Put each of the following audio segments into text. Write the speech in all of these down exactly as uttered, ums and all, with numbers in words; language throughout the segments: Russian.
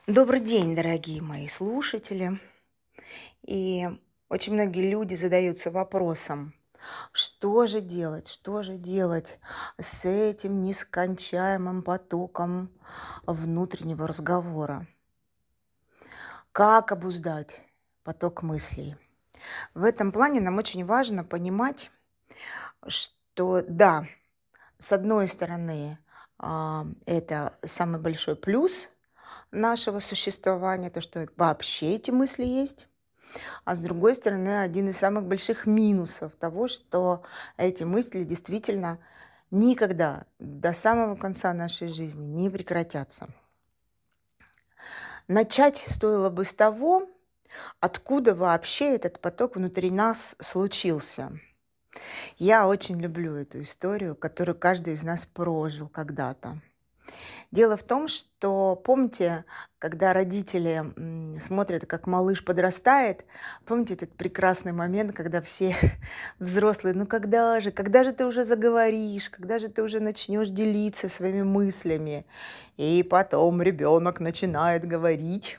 Добрый день, дорогие мои слушатели. И очень многие люди задаются вопросом, что же делать, что же делать с этим нескончаемым потоком внутреннего разговора? Как обуздать поток мыслей? В этом плане нам очень важно понимать, что да, с одной стороны, а, это самый большой плюс нашего существования, то, что вообще эти мысли есть. А с другой стороны, один из самых больших минусов того, что эти мысли действительно никогда до самого конца нашей жизни не прекратятся. Начать стоило бы с того, откуда вообще этот поток внутри нас случился. Я очень люблю эту историю, которую каждый из нас прожил когда-то. Дело в том, что помните, когда родители м, смотрят, как малыш подрастает, помните этот прекрасный момент, когда все взрослые, ну когда же, когда же ты уже заговоришь, когда же ты уже начнешь делиться своими мыслями, и потом ребенок начинает говорить.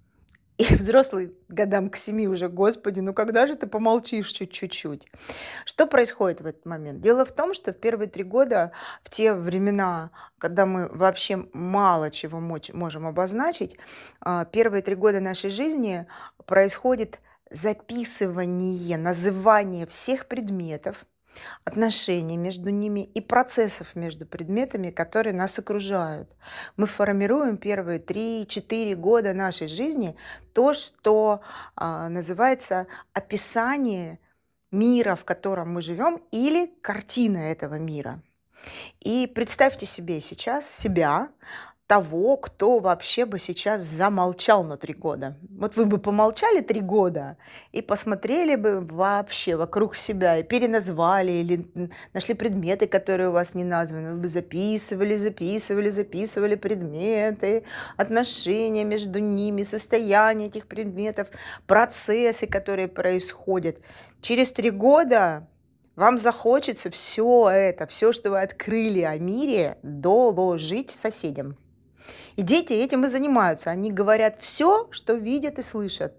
И взрослый годам к семи уже, господи, ну когда же ты помолчишь чуть-чуть? Что происходит в этот момент? Дело в том, что в первые три года, в те времена, когда мы вообще мало чего моч- можем обозначить, а, первые три года нашей жизни происходит записывание, называние всех предметов, отношений между ними и процессов между предметами, которые нас окружают. Мы формируем первые три-четыре года нашей жизни то, что а, называется описание мира, в котором мы живем, или картина этого мира. И представьте себе сейчас себя, того, кто вообще бы сейчас замолчал на три года. Вот вы бы помолчали три года и посмотрели бы вообще вокруг себя, и переназвали, или н- нашли предметы, которые у вас не названы. Вы бы записывали, записывали, записывали предметы, отношения между ними, состояние этих предметов, процессы, которые происходят. Через три года вам захочется все это, все, что вы открыли о мире, доложить соседям. И дети этим и занимаются. Они говорят все, что видят и слышат,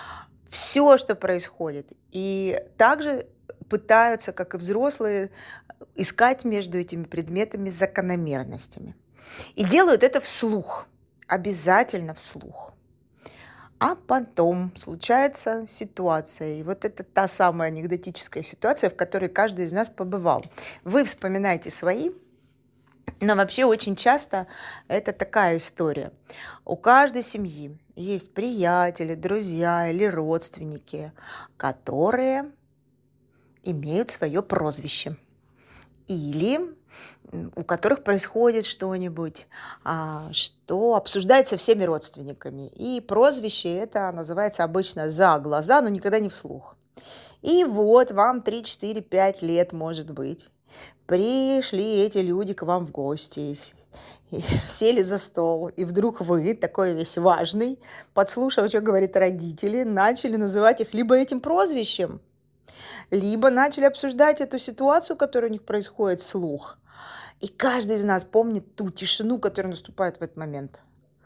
все, что происходит. И также пытаются, как и взрослые, искать между этими предметами закономерностями. И делают это вслух, обязательно вслух. А потом случается ситуация. И вот это та самая анекдотическая ситуация, в которой каждый из нас побывал. Вы вспоминаете свои, но вообще очень часто это такая история. У каждой семьи есть приятели, друзья или родственники, которые имеют свое прозвище. Или м, у которых происходит что-нибудь, а, что обсуждается всеми родственниками. И прозвище это называется обычно за глаза, но никогда не вслух. И вот вам три, четыре, пять лет, может быть. Пришли эти люди к вам в гости, с- и сели за стол, и вдруг вы, такой весь важный, подслушав, что говорят родители, начали называть их либо этим прозвищем, либо начали обсуждать эту ситуацию, которая у них происходит вслух. И каждый из нас помнит ту тишину, которая наступает в этот момент.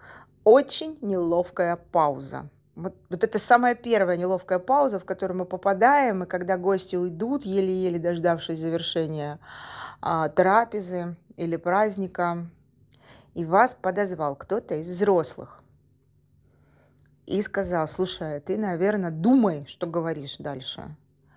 Очень неловкая пауза. Вот, вот это самая первая неловкая пауза, в которую мы попадаем, и когда гости уйдут, еле-еле дождавшись завершения а, трапезы или праздника, и вас подозвал кто-то из взрослых и сказал: слушай, ты, наверное, думай, что говоришь дальше.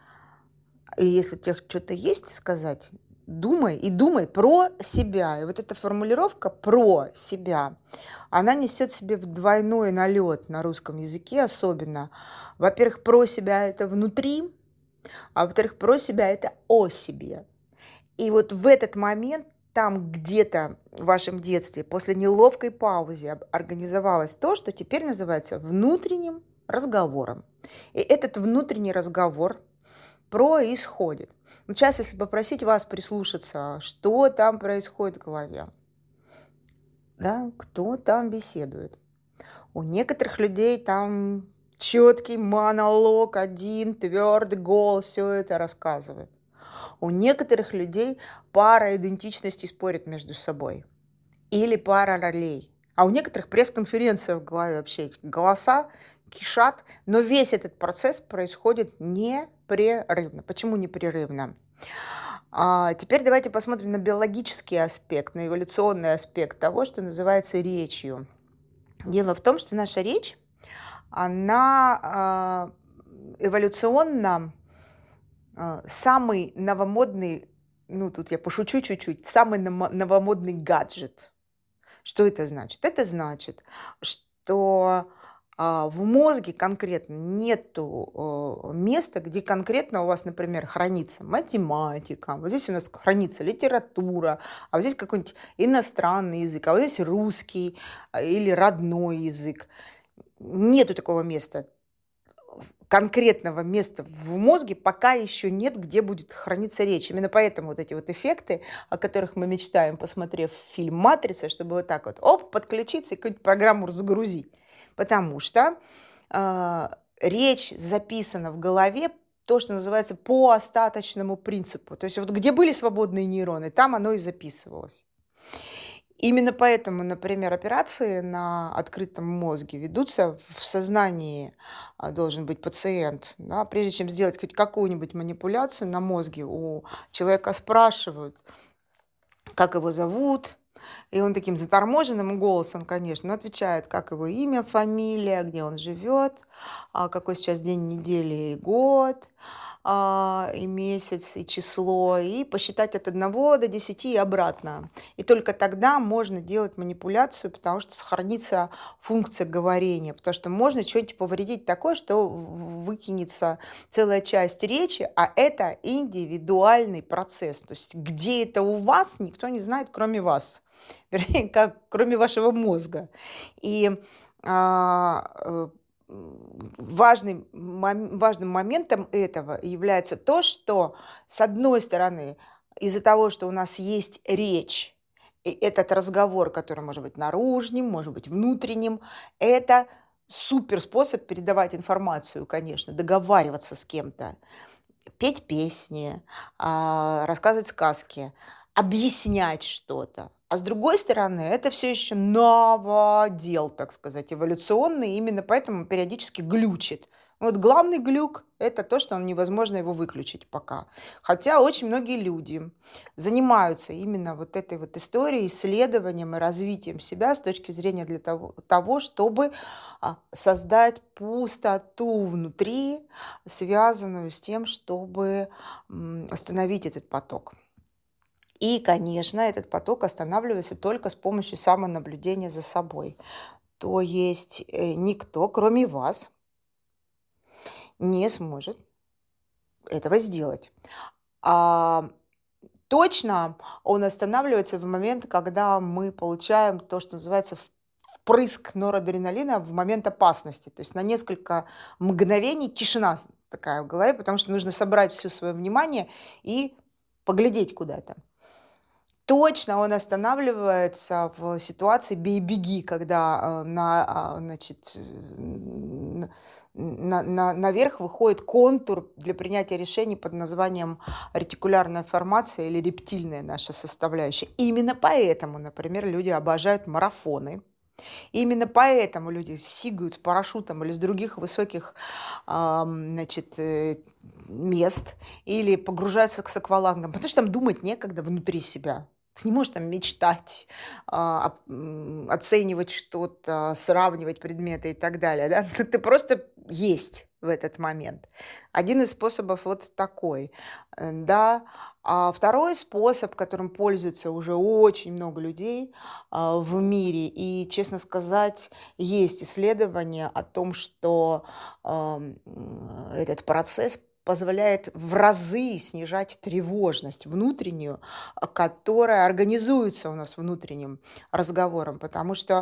И если тебе что-то есть сказать, думай и думай про себя. И вот эта формулировка про себя, она несет в себе двойной налет на русском языке особенно. Во-первых, про себя это внутри, а во-вторых, про себя это о себе. И вот в этот момент там где-то в вашем детстве после неловкой паузы организовалось то, что теперь называется внутренним разговором. И этот внутренний разговор происходит. Вот сейчас, если попросить вас прислушаться, что там происходит в голове, да, кто там беседует. У некоторых людей там четкий монолог, один твердый голос все это рассказывает. У некоторых людей пара идентичностей спорит между собой или пара ролей. А у некоторых пресс-конференция в голове вообще, эти голоса кишат, но весь этот процесс происходит непрерывно. Почему непрерывно? А, теперь давайте посмотрим на биологический аспект, на эволюционный аспект того, что называется речью. Дело в том, что наша речь, она а, эволюционно а, самый новомодный, ну тут я пошучу чуть-чуть, самый намо- новомодный гаджет. Что это значит? Это значит, что а, в мозге конкретно нету э, места, где конкретно у вас, например, хранится математика, вот здесь у нас хранится литература, а вот здесь какой-нибудь иностранный язык, а вот здесь русский а, или родной язык. Нету такого места, конкретного места в мозге пока еще нет, где будет храниться речь. Именно поэтому вот эти вот эффекты, о которых мы мечтаем, посмотрев фильм «Матрица», чтобы вот так вот, оп, подключиться и какую-нибудь программу разгрузить. Потому что э, речь записана в голове, то, что называется, по остаточному принципу. То есть вот где были свободные нейроны, там оно и записывалось. Именно поэтому, например, операции на открытом мозге ведутся в сознании, а, должен быть пациент. Да. Прежде чем сделать хоть какую-нибудь манипуляцию на мозге, у человека спрашивают, как его зовут, и он таким заторможенным голосом, конечно, но отвечает, как его имя, фамилия, где он живет, а, какой сейчас день недели и год, а, и месяц, и число, и посчитать от одного до десяти и обратно. И только тогда можно делать манипуляцию, потому что сохранится функция говорения, потому что можно что-нибудь повредить такое, что в- выкинется целая часть речи, а это индивидуальный процесс. То есть где это у вас, никто не знает, кроме вас. Вернее, как, кроме вашего мозга. И а, э, важным, мом- важным моментом этого является то, что, с одной стороны, из-за того, что у нас есть речь, и этот разговор, который может быть наружным, может быть внутренним, это супер способ передавать информацию, конечно, договариваться с кем-то, петь песни, а, рассказывать сказки, объяснять что-то. А с другой стороны, это все еще новодел, так сказать, эволюционный, именно поэтому периодически глючит. Вот главный глюк– это то, что он невозможно его выключить пока. Хотя очень многие люди занимаются именно вот этой вот историей, исследованием и развитием себя с точки зрения для того, того чтобы а, создать пустоту внутри, связанную с тем, чтобы м, остановить этот поток. И, конечно, этот поток останавливается только с помощью самонаблюдения за собой. То есть э, никто, кроме вас, не сможет этого сделать. А точно он останавливается в момент, когда мы получаем то, что называется в- впрыск норадреналина в момент опасности. То есть на несколько мгновений тишина такая в голове, потому что нужно собрать все свое внимание и поглядеть куда-то. Точно он останавливается в ситуации «бей-беги», когда э, на, а, значит, э, н- на- на- наверх выходит контур для принятия решений под названием ретикулярная формация или рептильная наша составляющая. И именно поэтому, например, люди обожают марафоны. И именно поэтому люди сигают с парашютом или с других высоких ам, значит, э, мест или погружаются к аквалангам, потому что там думать некогда внутри себя. Ты не можешь там мечтать, а, об- м, оценивать что-то, сравнивать предметы и так далее. Да? Ты ты просто есть в этот момент. Один из способов вот такой. Э, Да. А второй способ, которым пользуется уже очень много людей а, в мире, и, честно сказать, есть исследования о том, что ам, м, этот процесс позволяет в разы снижать тревожность внутреннюю, а, которая организуется у нас внутренним разговором, потому что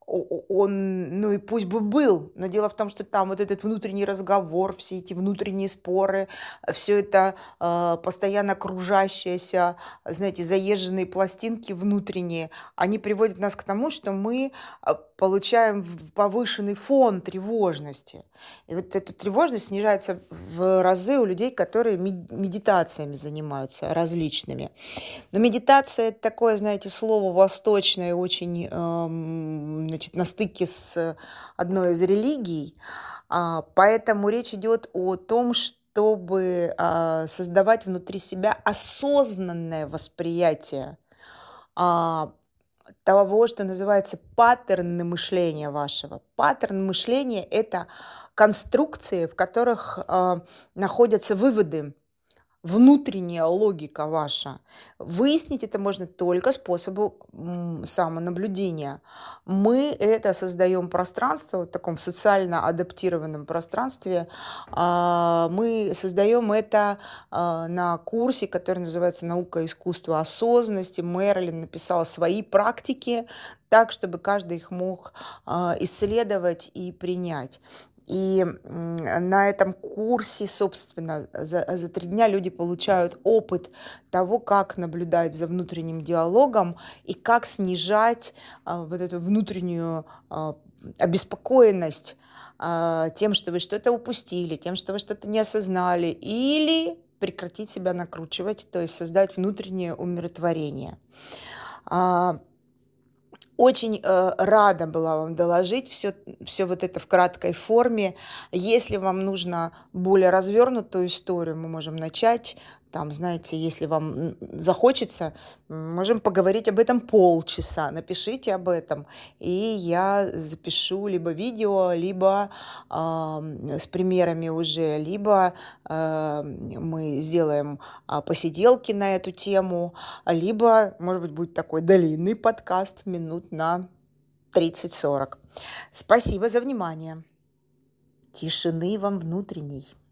он, ну и пусть бы был, но дело в том, что там вот этот внутренний разговор, все эти внутренние споры, все это э, постоянно кружащиеся, знаете, заезженные пластинки внутренние, они приводят нас к тому, что мы э, получаем повышенный фон тревожности. И вот эта тревожность снижается в разы у людей, которые медитациями занимаются различными. Но медитация – это такое, знаете, слово восточное, очень, эм, значит, на стыке с одной из религий. А, поэтому речь идет о том, чтобы а, создавать внутри себя осознанное восприятие а, того, что называется паттерны мышления вашего. Паттерн мышления – это конструкции, в которых а, находятся выводы, внутренняя логика ваша. Выяснить это можно только способом самонаблюдения. Мы это создаем пространство, в таком социально адаптированном пространстве. Мы создаем это на курсе, который называется «Наука и искусство осознанности». Мэрилин написала свои практики так, чтобы каждый их мог исследовать и принять. И на этом курсе, собственно, за, за три дня люди получают опыт того, как наблюдать за внутренним диалогом и как снижать а, вот эту внутреннюю а, обеспокоенность а, тем, что вы что-то упустили, тем, что вы что-то не осознали, или прекратить себя накручивать, то есть создать внутреннее умиротворение. А, Очень э, рада была вам доложить все, все вот это в краткой форме. Если вам нужно более развернутую историю, мы можем начать. Там, знаете, если вам захочется, можем поговорить об этом полчаса. Напишите об этом, и я запишу либо видео, либо э, с примерами уже, либо э, мы сделаем э, посиделки на эту тему, либо, может быть, будет такой длинный подкаст минут на тридцать-сорок. Спасибо за внимание. Тишины вам внутренней.